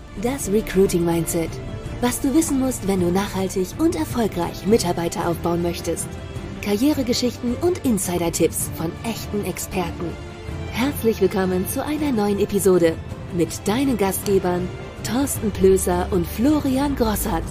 Das Recruiting Mindset. Was du wissen musst, wenn du nachhaltig und erfolgreich Mitarbeiter aufbauen möchtest. Karrieregeschichten und Insider-Tipps von echten Experten. Herzlich willkommen zu einer neuen Episode mit deinen Gastgebern Thorsten Plöser und Florian Grossart.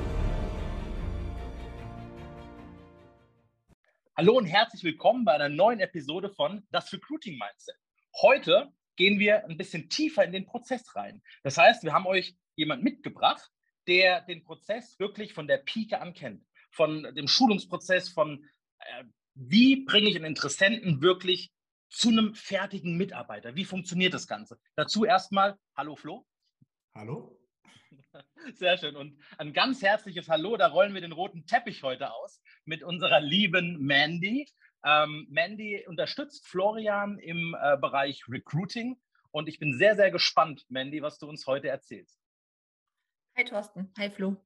Hallo und herzlich willkommen bei einer neuen Episode von Das Recruiting Mindset. Heute gehen wir ein bisschen tiefer in den Prozess rein. Das heißt, wir haben euch jemanden mitgebracht, der den Prozess wirklich von der Pike an kennt. Von dem Schulungsprozess, von wie bringe ich einen Interessenten wirklich zu einem fertigen Mitarbeiter? Wie funktioniert das Ganze? Dazu erstmal, hallo Flo. Hallo. Sehr schön. Und ein ganz herzliches Hallo, da rollen wir den roten Teppich heute aus mit unserer lieben Mandy. Mandy unterstützt Florian im Bereich Recruiting und ich bin sehr, sehr gespannt, Mandy, was du uns heute erzählst. Hi Thorsten, hi Flo.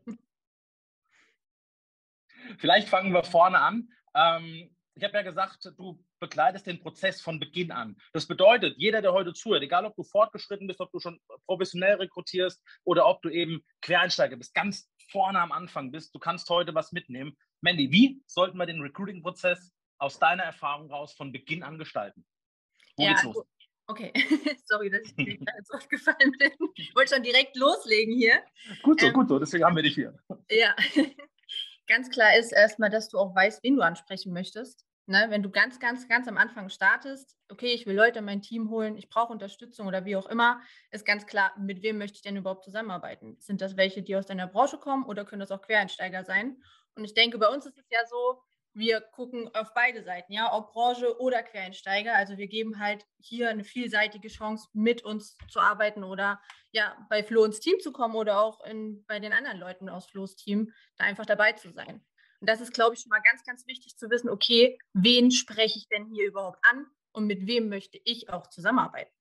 Vielleicht fangen wir vorne an. Ich habe ja gesagt, du begleitest den Prozess von Beginn an. Das bedeutet, jeder, der heute zuhört, egal ob du fortgeschritten bist, ob du schon professionell rekrutierst oder ob du eben Quereinsteiger bist, ganz vorne am Anfang bist, du kannst heute was mitnehmen. Mandy, wie sollten wir den Recruiting-Prozess aus deiner Erfahrung raus von Beginn an gestalten? Wo geht's los? Okay, sorry, dass ich direkt ins Wort gefallen bin. Ich wollte schon direkt loslegen hier. Gut so, deswegen haben wir dich hier. Ja, ganz klar ist erstmal, dass du auch weißt, wen du ansprechen möchtest. Ne? Wenn du ganz am Anfang startest, okay, ich will Leute in mein Team holen, ich brauche Unterstützung oder wie auch immer, ist ganz klar, mit wem möchte ich denn überhaupt zusammenarbeiten? Sind das welche, die aus deiner Branche kommen oder können das auch Quereinsteiger sein? Und ich denke, bei uns ist es ja so, wir gucken auf beide Seiten, ja, ob Branche oder Quereinsteiger. Also wir geben halt hier eine vielseitige Chance, mit uns zu arbeiten oder ja, bei Flo ins Team zu kommen oder auch bei den anderen Leuten aus Flo's Team da einfach dabei zu sein. Und das ist, glaube ich, schon mal ganz wichtig zu wissen, okay, wen spreche ich denn hier überhaupt an und mit wem möchte ich auch zusammenarbeiten?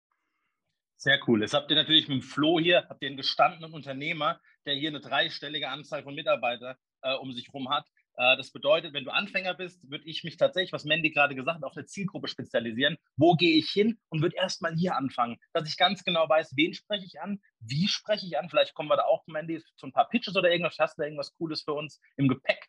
Sehr cool. Jetzt habt ihr natürlich mit dem Flo hier, habt ihr einen gestandenen Unternehmer, der hier eine dreistellige Anzahl von Mitarbeitern um sich herum hat. Das bedeutet, wenn du Anfänger bist, würde ich mich tatsächlich, was Mandy gerade gesagt hat, auf eine Zielgruppe spezialisieren. Wo gehe ich hin und würde erstmal hier anfangen, dass ich ganz genau weiß, wen spreche ich an, wie spreche ich an. Vielleicht kommen wir da auch, Mandy, zu ein paar Pitches oder irgendwas. Hast du da irgendwas Cooles für uns im Gepäck?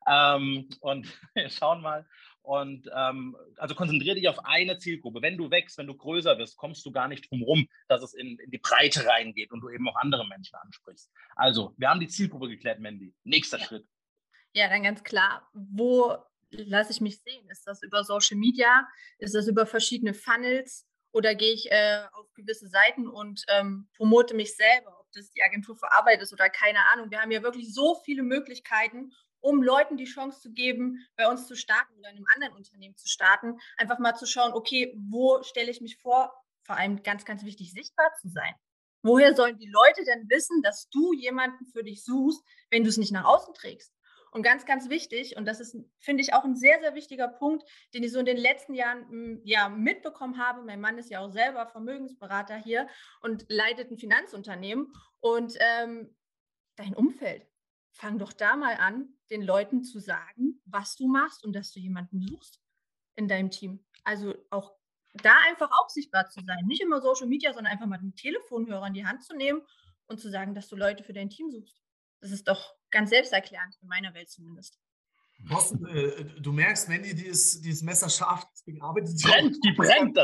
Und wir schauen mal. Und also konzentriere dich auf eine Zielgruppe. Wenn du wächst, wenn du größer wirst, kommst du gar nicht drum rum, dass es in die Breite reingeht und du eben auch andere Menschen ansprichst. Also, wir haben die Zielgruppe geklärt, Mandy. Nächster Schritt. Ja, dann ganz klar, wo lasse ich mich sehen? Ist das über Social Media? Ist das über verschiedene Funnels? Oder gehe ich auf gewisse Seiten und promote mich selber, ob das die Agentur für Arbeit ist oder keine Ahnung. Wir haben ja wirklich so viele Möglichkeiten, um Leuten die Chance zu geben, bei uns zu starten oder in einem anderen Unternehmen zu starten. Einfach mal zu schauen, okay, wo stelle ich mich vor? Vor allem ganz wichtig, sichtbar zu sein. Woher sollen die Leute denn wissen, dass du jemanden für dich suchst, wenn du es nicht nach außen trägst? Und ganz wichtig, und das ist, finde ich, auch ein sehr wichtiger Punkt, den ich so in den letzten Jahren ja mitbekommen habe. Mein Mann ist ja auch selber Vermögensberater hier und leitet ein Finanzunternehmen. Und dein Umfeld, fang doch da mal an, den Leuten zu sagen, was du machst und dass du jemanden suchst in deinem Team. Also auch da einfach auch sichtbar zu sein. Nicht immer Social Media, sondern einfach mal den Telefonhörer in die Hand zu nehmen und zu sagen, dass du Leute für dein Team suchst. Das ist doch ganz selbsterklärend, in meiner Welt zumindest. Thorsten, du merkst, Mandy, die ist messerscharf, deswegen arbeitet sie die brennt.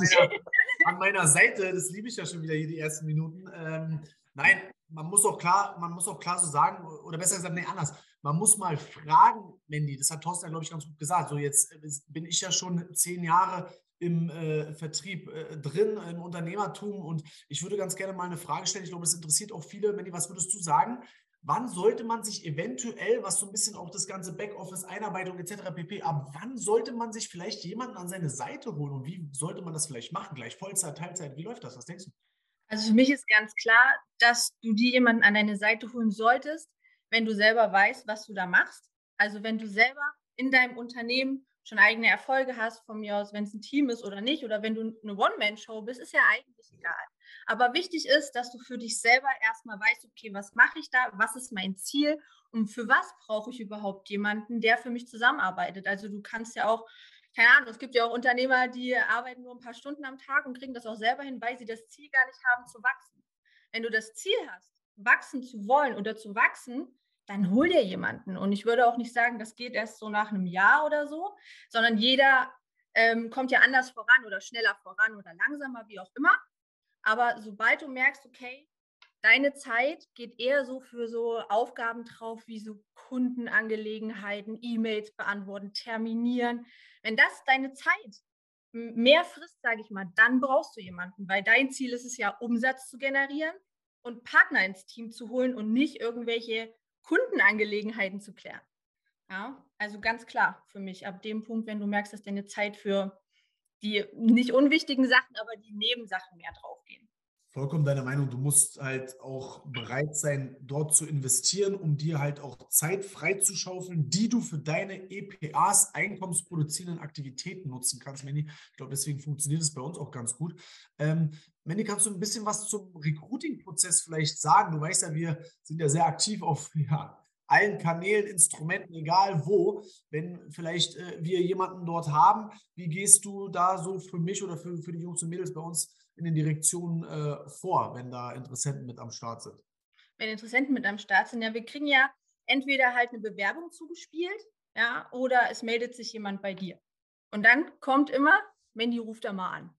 An meiner Seite, das liebe ich ja schon wieder hier die ersten Minuten. Nein, man muss auch klar so sagen, oder besser gesagt, nee, anders. Man muss mal fragen, Mandy, das hat Thorsten ja, glaube ich, ganz gut gesagt. So, jetzt bin ich ja schon 10 Jahre im Vertrieb drin, im Unternehmertum und ich würde ganz gerne mal eine Frage stellen. Ich glaube, das interessiert auch viele. Mandy, was würdest du sagen? Wann sollte man sich eventuell, was so ein bisschen auch das ganze Backoffice, Einarbeitung etc. pp., ab wann sollte man sich vielleicht jemanden an seine Seite holen und wie sollte man das vielleicht machen? Gleich Vollzeit, Teilzeit, wie läuft das? Was denkst du? Also für mich ist ganz klar, dass du dir jemanden an deine Seite holen solltest, wenn du selber weißt, was du da machst. Also wenn du selber in deinem Unternehmen schon eigene Erfolge hast, von mir aus, wenn es ein Team ist oder nicht, oder wenn du eine One-Man-Show bist, ist ja eigentlich egal. Aber wichtig ist, dass du für dich selber erstmal weißt, okay, was mache ich da, was ist mein Ziel und für was brauche ich überhaupt jemanden, der für mich zusammenarbeitet. Also du kannst ja auch, keine Ahnung, es gibt ja auch Unternehmer, die arbeiten nur ein paar Stunden am Tag und kriegen das auch selber hin, weil sie das Ziel gar nicht haben zu wachsen. Wenn du das Ziel hast, wachsen zu wollen oder zu wachsen, dann hol dir jemanden. Und ich würde auch nicht sagen, das geht erst so nach einem Jahr oder so, sondern jeder kommt ja anders voran oder schneller voran oder langsamer, wie auch immer. Aber sobald du merkst, okay, deine Zeit geht eher so für so Aufgaben drauf, wie so Kundenangelegenheiten, E-Mails beantworten, terminieren. Wenn das deine Zeit mehr frisst, sage ich mal, dann brauchst du jemanden, weil dein Ziel ist es ja, Umsatz zu generieren und Partner ins Team zu holen und nicht irgendwelche Kundenangelegenheiten zu klären. Ja, also ganz klar für mich, ab dem Punkt, wenn du merkst, dass deine Zeit für die nicht unwichtigen Sachen, aber die Nebensachen mehr draufgehen. Vollkommen deiner Meinung. Du musst halt auch bereit sein, dort zu investieren, um dir halt auch Zeit freizuschaufeln, die du für deine EPAs, einkommensproduzierenden Aktivitäten nutzen kannst, Mandy. Ich glaube, deswegen funktioniert es bei uns auch ganz gut. Mandy, kannst du ein bisschen was zum Recruiting-Prozess vielleicht sagen? Du weißt ja, wir sind ja sehr aktiv auf allen Kanälen, Instrumenten, egal wo. Wenn vielleicht wir jemanden dort haben, wie gehst du da so für mich oder für die Jungs und Mädels bei uns in den Direktionen vor, wenn da Interessenten mit am Start sind? Wenn Interessenten mit am Start sind, ja, wir kriegen ja entweder halt eine Bewerbung zugespielt, ja, oder es meldet sich jemand bei dir. Und dann kommt immer, Mandy ruft da mal an.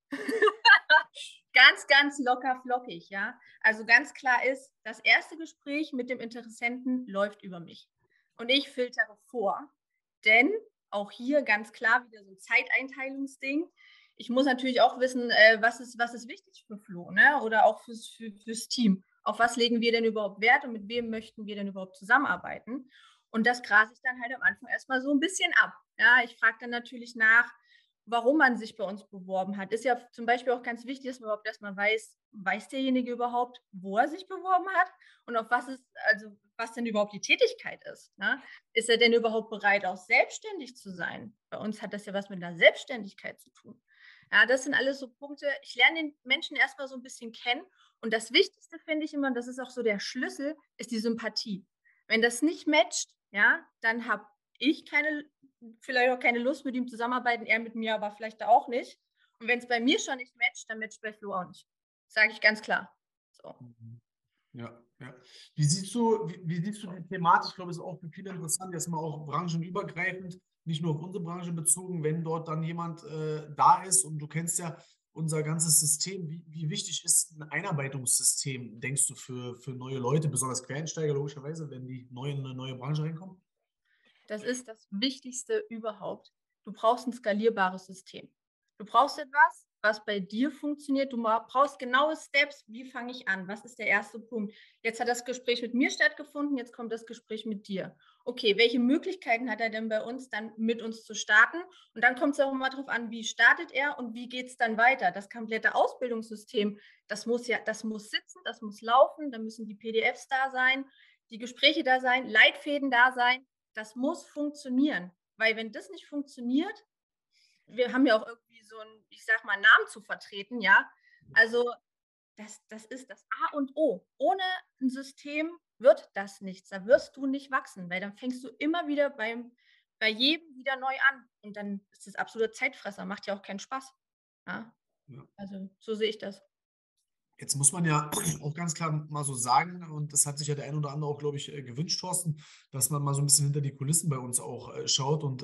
Ganz, ganz locker flockig, ja. Also ganz klar ist, das erste Gespräch mit dem Interessenten läuft über mich. Und ich filtere vor, denn auch hier ganz klar wieder so ein Zeiteinteilungsding. Ich muss natürlich auch wissen, was ist wichtig für Flo, ne? Oder auch fürs Team. Auf was legen wir denn überhaupt Wert und mit wem möchten wir denn überhaupt zusammenarbeiten? Und das grase ich dann halt am Anfang erstmal so ein bisschen ab. Ja, ich frage dann natürlich nach, warum man sich bei uns beworben hat. Ist ja zum Beispiel auch ganz wichtig, dass man überhaupt erstmal weiß derjenige überhaupt, wo er sich beworben hat und auf was denn überhaupt die Tätigkeit ist. Ne? Ist er denn überhaupt bereit, auch selbstständig zu sein? Bei uns hat das ja was mit einer Selbstständigkeit zu tun. Ja, das sind alles so Punkte. Ich lerne den Menschen erstmal so ein bisschen kennen. Und das Wichtigste finde ich immer, und das ist auch so der Schlüssel, ist die Sympathie. Wenn das nicht matcht, ja, dann habe ich vielleicht auch keine Lust mit ihm zusammenarbeiten, er mit mir aber vielleicht auch nicht. Und wenn es bei mir schon nicht matcht, dann matcht bei Flo auch nicht. Sage ich ganz klar. So. Ja, ja. Wie siehst du die Thematik? Ich glaube, es ist auch für viele interessant, erstmal auch branchenübergreifend, nicht nur auf unsere Branche bezogen, wenn dort dann jemand da ist und du kennst ja unser ganzes System. Wie wichtig ist ein Einarbeitungssystem, denkst du, für neue Leute, besonders Quereinsteiger logischerweise, wenn die neu in eine neue Branche reinkommen? Das ist das Wichtigste überhaupt. Du brauchst ein skalierbares System. Du brauchst etwas, was bei dir funktioniert. Du brauchst genaue Steps. Wie fange ich an? Was ist der erste Punkt? Jetzt hat das Gespräch mit mir stattgefunden. Jetzt kommt das Gespräch mit dir. Okay, welche Möglichkeiten hat er denn bei uns, dann mit uns zu starten? Und dann kommt es auch immer darauf an, wie startet er und wie geht es dann weiter? Das komplette Ausbildungssystem, das muss sitzen, das muss laufen. Da müssen die PDFs da sein, die Gespräche da sein, Leitfäden da sein. Das muss funktionieren, weil wenn das nicht funktioniert, wir haben ja auch irgendwie so einen, ich sag mal, Namen zu vertreten, ja, also das ist das A und O. Ohne ein System wird das nichts, da wirst du nicht wachsen, weil dann fängst du immer wieder bei jedem wieder neu an und dann ist das absolute Zeitfresser, macht ja auch keinen Spaß. Ja? Ja. Also so sehe ich das. Jetzt muss man ja auch ganz klar mal so sagen, und das hat sich ja der ein oder andere auch, glaube ich, gewünscht, Thorsten, dass man mal so ein bisschen hinter die Kulissen bei uns auch schaut. Und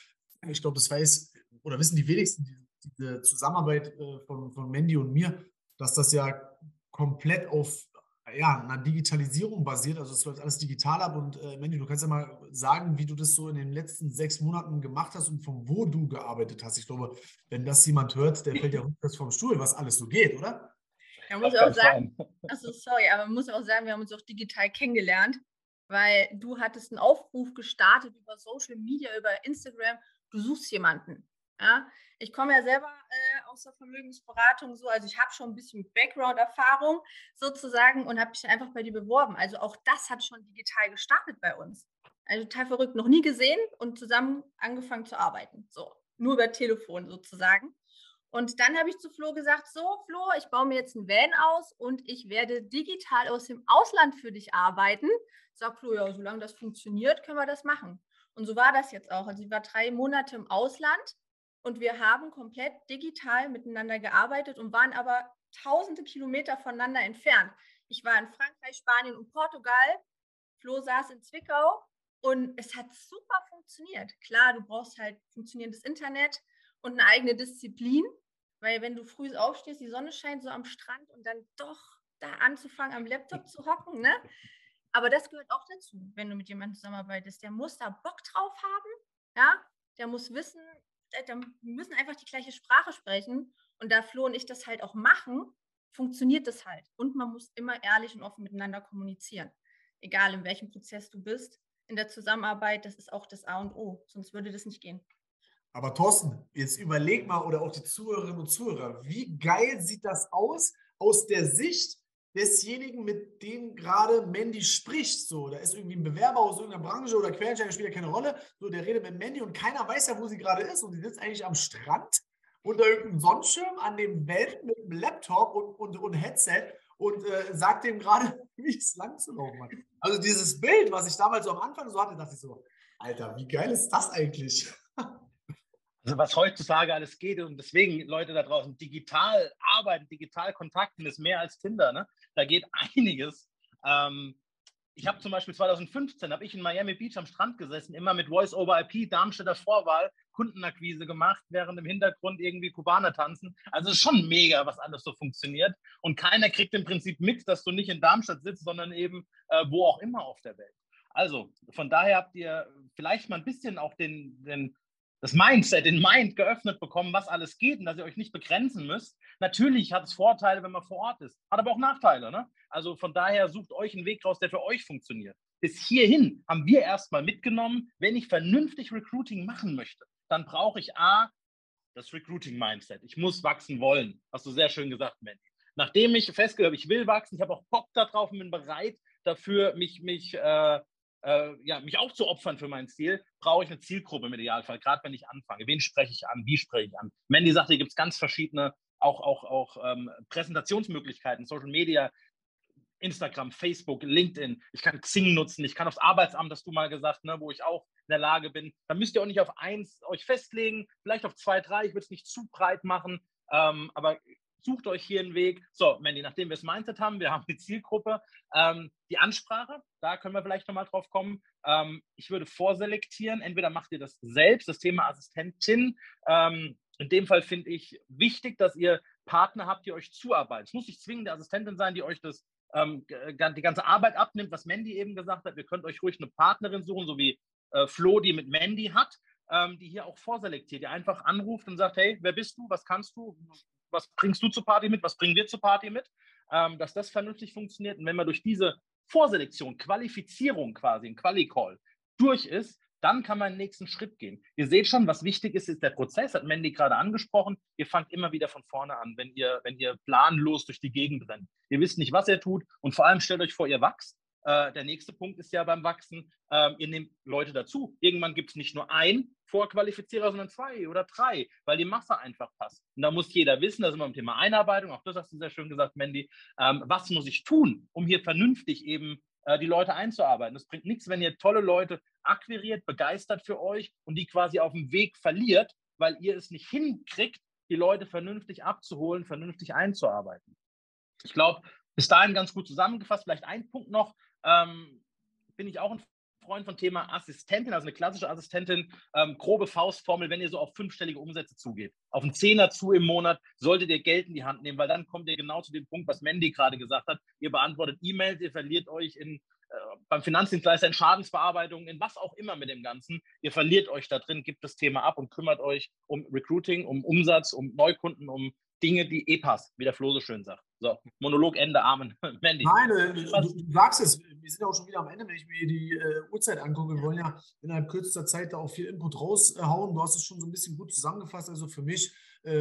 ich glaube, das weiß oder wissen die wenigsten, diese Zusammenarbeit von Mandy und mir, dass das ja komplett auf einer Digitalisierung basiert. Also es läuft alles digital ab. Und Mandy, du kannst ja mal sagen, wie du das so in den letzten 6 Monaten gemacht hast und von wo du gearbeitet hast. Ich glaube, wenn das jemand hört, der fällt ja rückwärts vom Stuhl, was alles so geht, oder? Man muss auch sagen, achso, sorry, aber man muss auch sagen, wir haben uns auch digital kennengelernt, weil du hattest einen Aufruf gestartet über Social Media, über Instagram, du suchst jemanden. Ja? Ich komme ja selber aus der Vermögensberatung so, also ich habe schon ein bisschen Background-Erfahrung sozusagen und habe mich einfach bei dir beworben. Also auch das hat schon digital gestartet bei uns. Also total verrückt, noch nie gesehen und zusammen angefangen zu arbeiten. So, nur über Telefon sozusagen. Und dann habe ich zu Flo gesagt, so Flo, ich baue mir jetzt einen Van aus und ich werde digital aus dem Ausland für dich arbeiten. Sagt Flo, ja, solange das funktioniert, können wir das machen. Und so war das jetzt auch. Also ich war 3 Monate im Ausland und wir haben komplett digital miteinander gearbeitet und waren aber tausende Kilometer voneinander entfernt. Ich war in Frankreich, Spanien und Portugal. Flo saß in Zwickau und es hat super funktioniert. Klar, du brauchst halt funktionierendes Internet und eine eigene Disziplin, weil wenn du früh aufstehst, die Sonne scheint so am Strand und dann doch da anzufangen, am Laptop zu hocken, ne? Aber das gehört auch dazu, wenn du mit jemandem zusammenarbeitest. Der muss da Bock drauf haben, ja? Der muss wissen, wir müssen einfach die gleiche Sprache sprechen. Und da Flo und ich das halt auch machen, funktioniert das halt. Und man muss immer ehrlich und offen miteinander kommunizieren. Egal in welchem Prozess du bist, in der Zusammenarbeit, das ist auch das A und O. Sonst würde das nicht gehen. Aber Thorsten, jetzt überleg mal, oder auch die Zuhörerinnen und Zuhörer, wie geil sieht das aus der Sicht desjenigen, mit dem gerade Mandy spricht. So, da ist irgendwie ein Bewerber aus irgendeiner Branche oder Quereinsteiger, spielt ja keine Rolle. So, der redet mit Mandy und keiner weiß ja, wo sie gerade ist. Und sie sitzt eigentlich am Strand unter irgendeinem Sonnenschirm an dem Bett mit einem Laptop und Headset und sagt dem gerade, wie es lang zu laufen hat. Also dieses Bild, was ich damals so am Anfang so hatte, dachte ich so, Alter, wie geil ist das eigentlich? Also was heutzutage alles geht und deswegen, Leute da draußen, digital arbeiten, digital kontakten ist mehr als Tinder. Ne? Da geht einiges. Ich habe zum Beispiel 2015, habe ich in Miami Beach am Strand gesessen, immer mit Voice-over-IP, Darmstädter Vorwahl, Kundenakquise gemacht, während im Hintergrund irgendwie Kubaner tanzen. Also es ist schon mega, was alles so funktioniert. Und keiner kriegt im Prinzip mit, dass du nicht in Darmstadt sitzt, sondern eben wo auch immer auf der Welt. Also von daher habt ihr vielleicht mal ein bisschen auch das Mindset, den Mind geöffnet bekommen, was alles geht und dass ihr euch nicht begrenzen müsst. Natürlich hat es Vorteile, wenn man vor Ort ist, hat aber auch Nachteile. Ne? Also von daher sucht euch einen Weg raus, der für euch funktioniert. Bis hierhin haben wir erstmal mitgenommen, wenn ich vernünftig Recruiting machen möchte, dann brauche ich das Recruiting-Mindset. Ich muss wachsen wollen. Hast du sehr schön gesagt, Mandy. Nachdem ich festgestellt habe, ich will wachsen, ich habe auch Bock darauf und bin bereit dafür, mich aufzuopfern für mein Ziel, brauche ich eine Zielgruppe im Idealfall, gerade wenn ich anfange. Wen spreche ich an? Wie spreche ich an? Mandy sagte, hier gibt es ganz verschiedene auch Präsentationsmöglichkeiten, Social Media, Instagram, Facebook, LinkedIn. Ich kann Xing nutzen, ich kann aufs Arbeitsamt, hast du mal gesagt, ne, wo ich auch in der Lage bin. Dann müsst ihr auch nicht auf eins euch festlegen, vielleicht auf 2, 3. Ich will es nicht zu breit machen, aber sucht euch hier einen Weg. So, Mandy, nachdem wir das Mindset haben, wir haben die Zielgruppe, die Ansprache, da können wir vielleicht nochmal drauf kommen. Ich würde vorselektieren, entweder macht ihr das selbst, das Thema Assistentin. In dem Fall finde ich wichtig, dass ihr Partner habt, die euch zuarbeiten. Es muss nicht zwingend die Assistentin sein, die euch die ganze Arbeit abnimmt, was Mandy eben gesagt hat. Ihr könnt euch ruhig eine Partnerin suchen, so wie Flo, die mit Mandy hat, die hier auch vorselektiert, die einfach anruft und sagt, hey, wer bist du, was kannst du, was bringst du zur Party mit, was bringen wir zur Party mit, dass das vernünftig funktioniert. Und wenn man durch diese Vorselektion, Qualifizierung quasi, ein Quali-Call durch ist, dann kann man den nächsten Schritt gehen. Ihr seht schon, was wichtig ist, ist der Prozess, hat Mandy gerade angesprochen. Ihr fangt immer wieder von vorne an, wenn ihr planlos durch die Gegend rennt. Ihr wisst nicht, was ihr tut und vor allem stellt euch vor, ihr wachst. Der nächste Punkt ist ja beim Wachsen, ihr nehmt Leute dazu. Irgendwann gibt es nicht nur einen Vorqualifizierer, sondern 2 oder 3, weil die Masse einfach passt. Und da muss jeder wissen, das ist immer im Thema Einarbeitung, auch das hast du sehr schön gesagt, Mandy, was muss ich tun, um hier vernünftig eben die Leute einzuarbeiten. Das bringt nichts, wenn ihr tolle Leute akquiriert, begeistert für euch und die quasi auf dem Weg verliert, weil ihr es nicht hinkriegt, die Leute vernünftig abzuholen, vernünftig einzuarbeiten. Ich glaube, bis dahin ganz gut zusammengefasst. Vielleicht ein Punkt noch, bin ich auch ein Freund von Thema Assistentin, also eine klassische Assistentin, grobe Faustformel, wenn ihr so auf 5-stellige Umsätze zugeht. Auf einen 10er zu im Monat solltet ihr Geld in die Hand nehmen, weil dann kommt ihr genau zu dem Punkt, was Mandy gerade gesagt hat. Ihr beantwortet E-Mails, ihr verliert euch beim Finanzdienstleister in Schadensbearbeitung, in was auch immer mit dem Ganzen. Ihr verliert euch da drin, gebt das Thema ab und kümmert euch um Recruiting, um Umsatz, um Neukunden, um Dinge, die passen, wie der Flo so schön sagt. So, Monolog, Ende, Amen. Mandy. Nein, du sagst es, wir sind auch schon wieder am Ende, wenn ich mir die Uhrzeit angucke. Wir wollen ja innerhalb kürzester Zeit da auch viel Input raushauen. Du hast es schon so ein bisschen gut zusammengefasst. Also für mich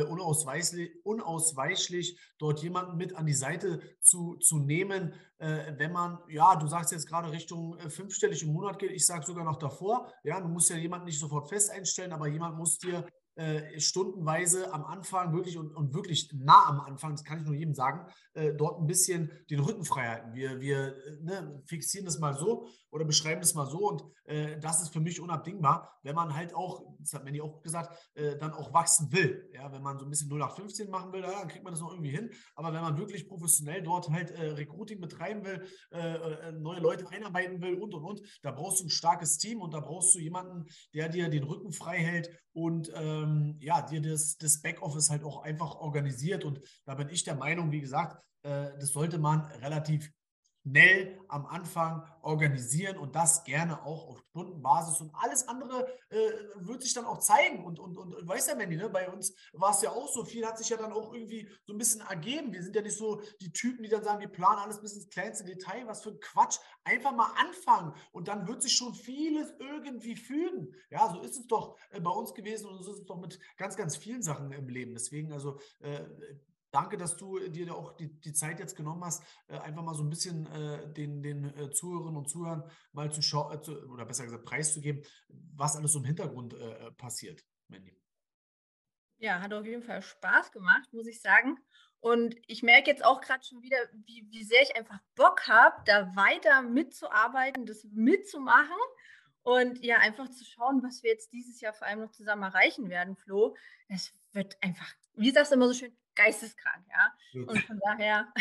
unausweichlich, dort jemanden mit an die Seite zu nehmen, wenn man, ja, du sagst jetzt gerade Richtung 5-stellig im Monat geht, ich sage sogar noch davor, ja, du musst ja jemanden nicht sofort fest einstellen, aber jemand muss dir stundenweise am Anfang wirklich und wirklich nah am Anfang, das kann ich nur jedem sagen, dort ein bisschen den Rücken frei halten. Wir fixieren das mal so oder beschreiben das mal so und das ist für mich unabdingbar, wenn man halt auch, das hat Mandy auch gesagt, dann auch wachsen will. Ja, wenn man so ein bisschen 0815 machen will, dann kriegt man das noch irgendwie hin, aber wenn man wirklich professionell dort halt Recruiting betreiben will, neue Leute einarbeiten will und, da brauchst du ein starkes Team und da brauchst du jemanden, der dir den Rücken frei hält und dir das Backoffice halt auch einfach organisiert. Und da bin ich der Meinung, wie gesagt, das sollte man relativ schnell am Anfang organisieren und das gerne auch auf Stundenbasis und alles andere wird sich dann auch zeigen und weißt ja, Mandy, ne? Bei uns war es ja auch so, viel hat sich ja dann auch irgendwie so ein bisschen ergeben. Wir sind ja nicht so die Typen, die dann sagen, wir planen alles bis ins kleinste Detail, was für ein Quatsch. Einfach mal anfangen und dann wird sich schon vieles irgendwie fügen. Ja, so ist es doch bei uns gewesen und so ist es doch mit ganz, ganz vielen Sachen im Leben. Deswegen, also danke, dass du dir auch die Zeit jetzt genommen hast, einfach mal so ein bisschen den Zuhörerinnen und Zuhörern mal zu schauen, oder besser gesagt preiszugeben, was alles so im Hintergrund passiert, Mandy. Ja, hat auf jeden Fall Spaß gemacht, muss ich sagen. Und ich merke jetzt auch gerade schon wieder, wie sehr ich einfach Bock habe, da weiter mitzuarbeiten, das mitzumachen und ja, einfach zu schauen, was wir jetzt dieses Jahr vor allem noch zusammen erreichen werden, Flo. Es wird einfach, wie sagst du immer so schön, geisteskrank, ja. Und von daher,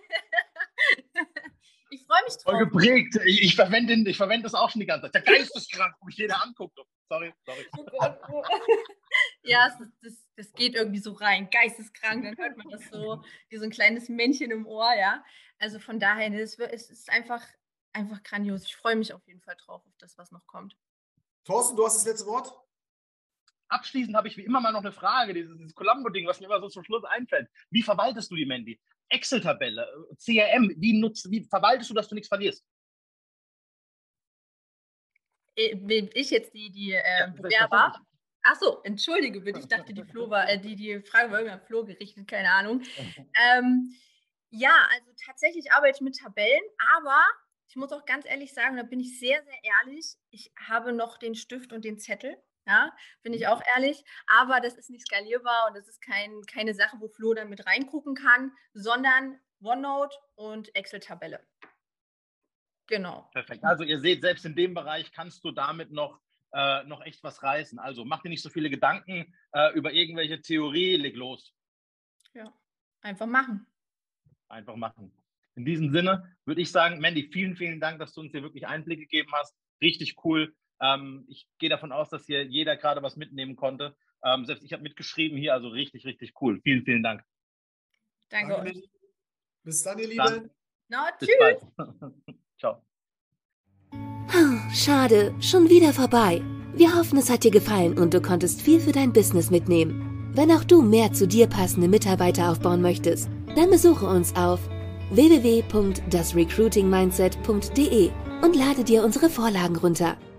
ich freue mich drauf. Voll geprägt. Ich verwende das auch schon die ganze Zeit. Der geisteskrank, wo mich jeder anguckt. Sorry. Oh Gott. Ja, das geht irgendwie so rein. Geisteskrank, dann hört man das so, wie so ein kleines Männchen im Ohr, ja. Also von daher, es ist einfach grandios. Ich freue mich auf jeden Fall drauf, auf das, was noch kommt. Thorsten, du hast das letzte Wort? Abschließend habe ich wie immer mal noch eine Frage, dieses Columbo-Ding, was mir immer so zum Schluss einfällt. Wie verwaltest du die, Mandy? Excel-Tabelle, CRM, wie verwaltest du, dass du nichts verlierst? Ich jetzt die Bewerber? Achso, entschuldige bitte, ich dachte, die Frage war irgendwie an Flo gerichtet, keine Ahnung. Ja, also tatsächlich arbeite ich mit Tabellen, aber ich muss auch ganz ehrlich sagen, da bin ich sehr, sehr ehrlich, ich habe noch den Stift und den Zettel. Ja, bin ich auch ehrlich, aber das ist nicht skalierbar und das ist keine Sache, wo Flo dann mit reingucken kann, sondern OneNote und Excel-Tabelle. Genau. Perfekt. Also ihr seht, selbst in dem Bereich kannst du damit noch echt was reißen. Also mach dir nicht so viele Gedanken über irgendwelche Theorie, leg los. Ja, einfach machen. Einfach machen. In diesem Sinne würde ich sagen, Mandy, vielen, vielen Dank, dass du uns hier wirklich Einblick gegeben hast. Richtig cool. Ich gehe davon aus, dass hier jeder gerade was mitnehmen konnte. Selbst ich habe mitgeschrieben hier, also richtig, richtig cool. Vielen, vielen Dank. Danke euch. Bis dann, ihr Lieben. Tschüss. Ciao. Schade, schon wieder vorbei. Wir hoffen, es hat dir gefallen und du konntest viel für dein Business mitnehmen. Wenn auch du mehr zu dir passende Mitarbeiter aufbauen möchtest, dann besuche uns auf www.dasrecruitingmindset.de und lade dir unsere Vorlagen runter.